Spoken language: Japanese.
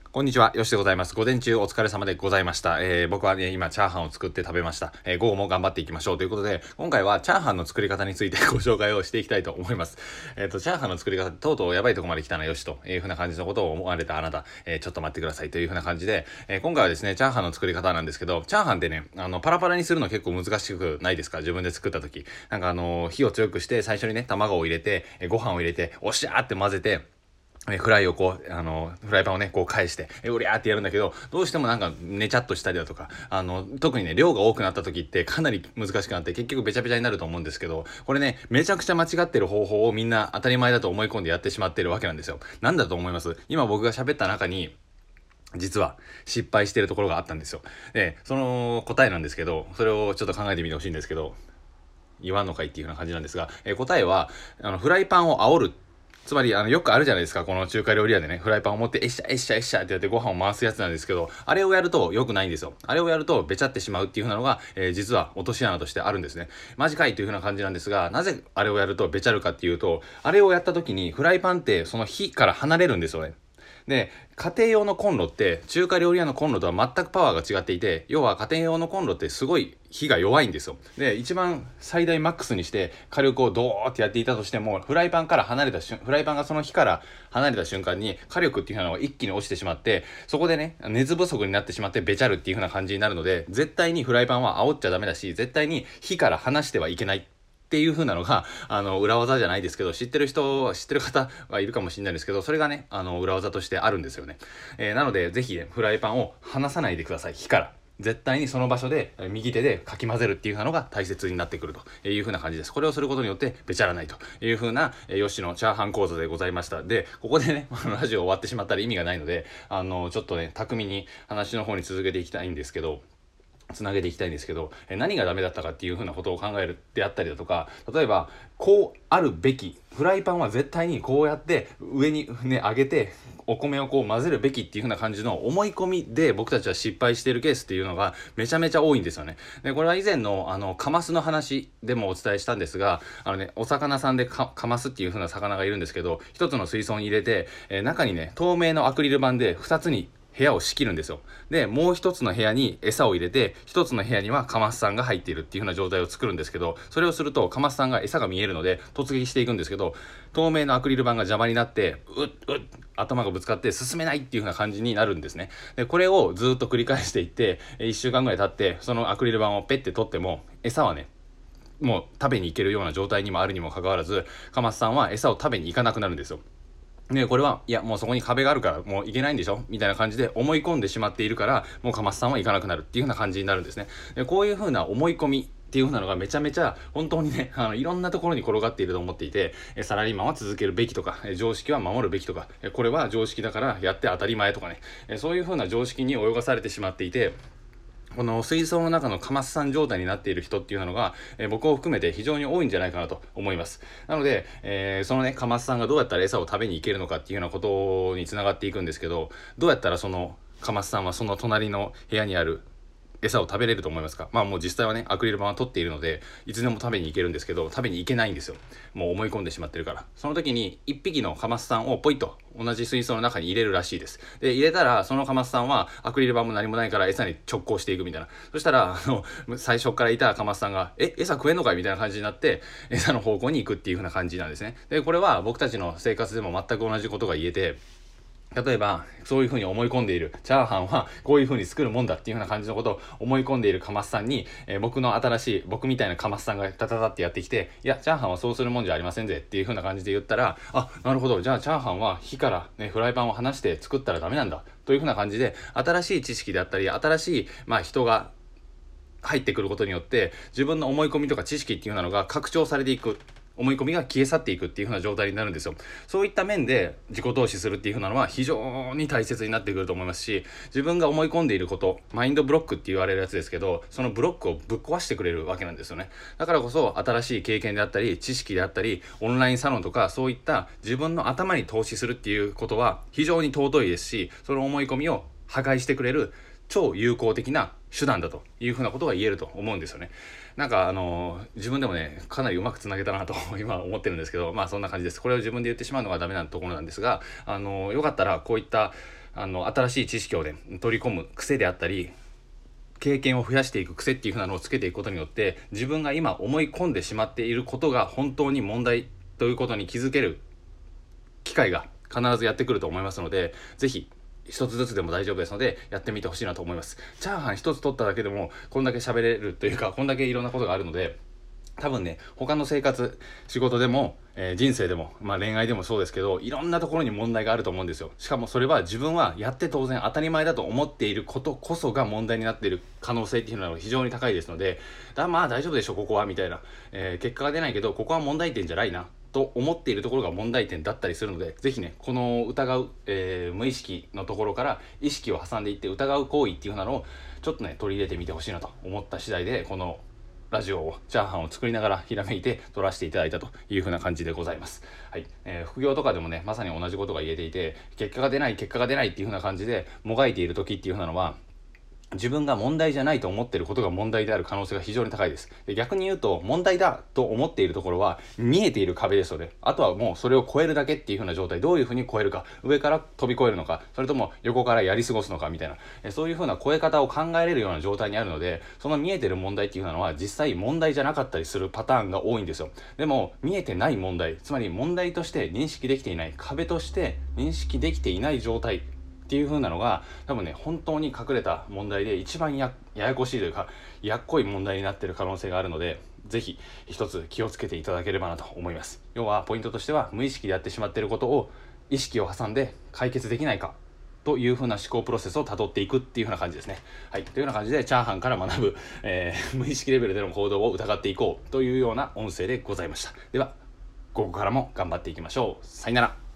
こんにちは、よしでございます。午前中お疲れ様でございました。僕はね、今チャーハンを作って食べました。午後も頑張っていきましょうということで、今回はチャーハンの作り方についてご紹介をしていきたいと思います。チャーハンの作り方、とうとうやばいとこまで来たな、よしというふうな感じのことを思われたあなた、ちょっと待ってくださいというふうな感じで、今回はですね、チャーハンの作り方なんですけど、チャーハンってね、パラパラにするの結構難しくないですか？自分で作った時。なんか火を強くして最初にね、卵を入れて、ご飯を入れて、おっしゃーって混ぜて、フライをフライパンをね、こう返して、うりゃーってやるんだけど、どうしてもなんか、ねちゃっとしたりだとか、特にね、量が多くなった時ってかなり難しくなって、結局べちゃべちゃになると思うんですけど、これね、めちゃくちゃ間違ってる方法をみんな当たり前だと思い込んでやってしまってるわけなんですよ。なんだと思います？今僕が喋った中に、実は失敗してるところがあったんですよ。で、その答えなんですけど、それをちょっと考えてみてほしいんですけど、言わんのかいっていうような感じなんですが、答えは、フライパンを煽る。つまり、よくあるじゃないですか。この中華料理屋でね、フライパンを持って、えっしゃ、えっしゃ、えっしゃってやってご飯を回すやつなんですけど、あれをやると良くないんですよ。あれをやると、べちゃってしまうっていう風なのが、実は落とし穴としてあるんですね。マジかいという風な感じなんですが、なぜあれをやるとべちゃるかっていうと、あれをやった時に、フライパンってその火から離れるんですよね。で、家庭用のコンロって中華料理屋のコンロとは全くパワーが違っていて、要は家庭用のコンロってすごい火が弱いんですよ。で、一番最大マックスにして火力をドーってやっていたとしても、フライパンがその火から離れた瞬間に火力っていうのが一気に落ちてしまって、そこでね、熱不足になってしまってべちゃるっていう風な感じになるので、絶対にフライパンは煽っちゃダメだし、絶対に火から離してはいけない。っていう風なのが、裏技じゃないですけど、知ってる方はいるかもしれないですけど、それがね、裏技としてあるんですよね。なので、ぜひね、フライパンを離さないでください、火から。絶対にその場所で右手でかき混ぜるっていう風なのが大切になってくるという風な感じです。これをすることによってべちゃらないという風なヨシのチャーハン講座でございました。で、ここでね、ラジオ終わってしまったら意味がないので、ちょっとね、巧みに話の方に続けていきたいんですけど、つなげていきたいんですけど、何がダメだったかっていう風なことを考えるであったりだとか、例えばこうあるべきフライパンは絶対にこうやって上にね上げてお米をこう混ぜるべきっていう風な感じの思い込みで僕たちは失敗しているケースっていうのがめちゃめちゃ多いんですよね。で、これは以前のカマスの話でもお伝えしたんですが、お魚さんでカマスっていう風な魚がいるんですけど、一つの水槽に入れて、中にね透明のアクリル板で2つに部屋を仕切るんですよ。で、もう一つの部屋に餌を入れて、一つの部屋にはカマスさんが入っているっていう風な状態を作るんですけど、それをするとカマスさんが餌が見えるので突撃していくんですけど、透明のアクリル板が邪魔になって、頭がぶつかって進めないっていう風な感じになるんですね。で、これをずっと繰り返していって、1週間ぐらい経って、そのアクリル板をペッて取っても、餌はね、もう食べに行けるような状態にもあるにもかかわらず、カマスさんは餌を食べに行かなくなるんですよ。ね、これは、いや、もうそこに壁があるから、もう行けないんでしょみたいな感じで思い込んでしまっているから、もうカマスさんは行かなくなるっていう風な感じになるんですね。で、こういう風な思い込みっていう風なのがめちゃめちゃ本当にね、いろんなところに転がっていると思っていて、サラリーマンは続けるべきとか、常識は守るべきとか、これは常識だからやって当たり前とかね、そういう風な常識に泳がされてしまっていて、この水槽の中のカマスさん状態になっている人っていうのが、僕を含めて非常に多いんじゃないかなと思います。なので、そのね、カマスさんがどうやったら餌を食べに行けるのかっていうようなことにつながっていくんですけど、どうやったらそのカマスさんはその隣の部屋にある餌を食べれると思いますか？まあもう実際はね、アクリル板は取っているので、いつでも食べに行けるんですけど、食べに行けないんですよ。もう思い込んでしまってるから。その時に、一匹のカマスさんをポイッと同じ水槽の中に入れるらしいです。で、入れたら、そのカマスさんはアクリル板も何もないから餌に直行していくみたいな。そしたら、最初からいたカマスさんが、餌食えんのかいみたいな感じになって、餌の方向に行くっていう風な感じなんですね。で、これは僕たちの生活でも全く同じことが言えて、例えば、そういう風に思い込んでいる、チャーハンはこういう風に作るもんだっていう風な感じのことを思い込んでいるカマスさんに、僕みたいなカマスさんがタタタってやってきて、いや、チャーハンはそうするもんじゃありませんぜっていう風な感じで言ったら、あ、なるほど、じゃあチャーハンは火からね、フライパンを離して作ったらダメなんだ。という風な感じで、新しい知識であったり、新しい、人が入ってくることによって、自分の思い込みとか知識っていうのが拡張されていく。思い込みが消え去っていくっていう風な状態になるんですよ。そういった面で自己投資するっていう風なのは非常に大切になってくると思いますし、自分が思い込んでいること、マインドブロックって言われるやつですけど、そのブロックをぶっ壊してくれるわけなんですよね。だからこそ新しい経験であったり、知識であったり、オンラインサロンとかそういった自分の頭に投資するっていうことは非常に尊いですし、その思い込みを破壊してくれる超有効的な手段だというふうなことが言えると思うんですよね。なんか自分でもねかなりうまくつなげたなと今思ってるんですけど、まあそんな感じです。これを自分で言ってしまうのがダメなところなんですが、よかったらこういった新しい知識をね取り込む癖であったり、経験を増やしていく癖っていう風なのをつけていくことによって、自分が今思い込んでしまっていることが本当に問題ということに気づける機会が必ずやってくると思いますので、ぜひ一つずつでも大丈夫ですのでやってみてほしいなと思います。チャーハン一つ取っただけでもこんだけ喋れるというか、こんだけいろんなことがあるので、多分ね、他の生活、仕事でも、人生でも、恋愛でもそうですけど、いろんなところに問題があると思うんですよ。しかもそれは自分はやって当然当たり前だと思っていることこそが問題になっている可能性っていうのは非常に高いですので、まあ大丈夫でしょここはみたいな、結果が出ないけどここは問題点じゃないなと思っているところが問題点だったりするので、ぜひね、この疑う、無意識のところから意識を挟んでいって疑う行為っていうのをちょっとね取り入れてみてほしいなと思った次第で、このラジオをチャーハンを作りながらひらめいて撮らせていただいたという風な感じでございます。はい、副業とかでもねまさに同じことが言えていて、結果が出ないっていう風な感じでもがいている時っていう風なのは、自分が問題じゃないと思っていることが問題である可能性が非常に高いです。で、逆に言うと問題だと思っているところは見えている壁ですので、あとはもうそれを超えるだけっていう風な状態、どういう風に超えるか、上から飛び越えるのか、それとも横からやり過ごすのかみたいな、そういう風な超え方を考えれるような状態にあるので、その見えてる問題っていうのは実際問題じゃなかったりするパターンが多いんですよ。でも見えてない問題、つまり問題として認識できていない、壁として認識できていない状態っていう風なのが多分ね、本当に隠れた問題で一番ややこしいというかやっこい問題になっている可能性があるので、ぜひ一つ気をつけていただければなと思います。要はポイントとしては、無意識でやってしまっていることを意識を挟んで解決できないかという風な思考プロセスをたどっていくっていう風な感じですね。はい、というような感じでチャーハンから学ぶ、無意識レベルでの行動を疑っていこうというような音声でございました。では午後からも頑張っていきましょう。さよなら。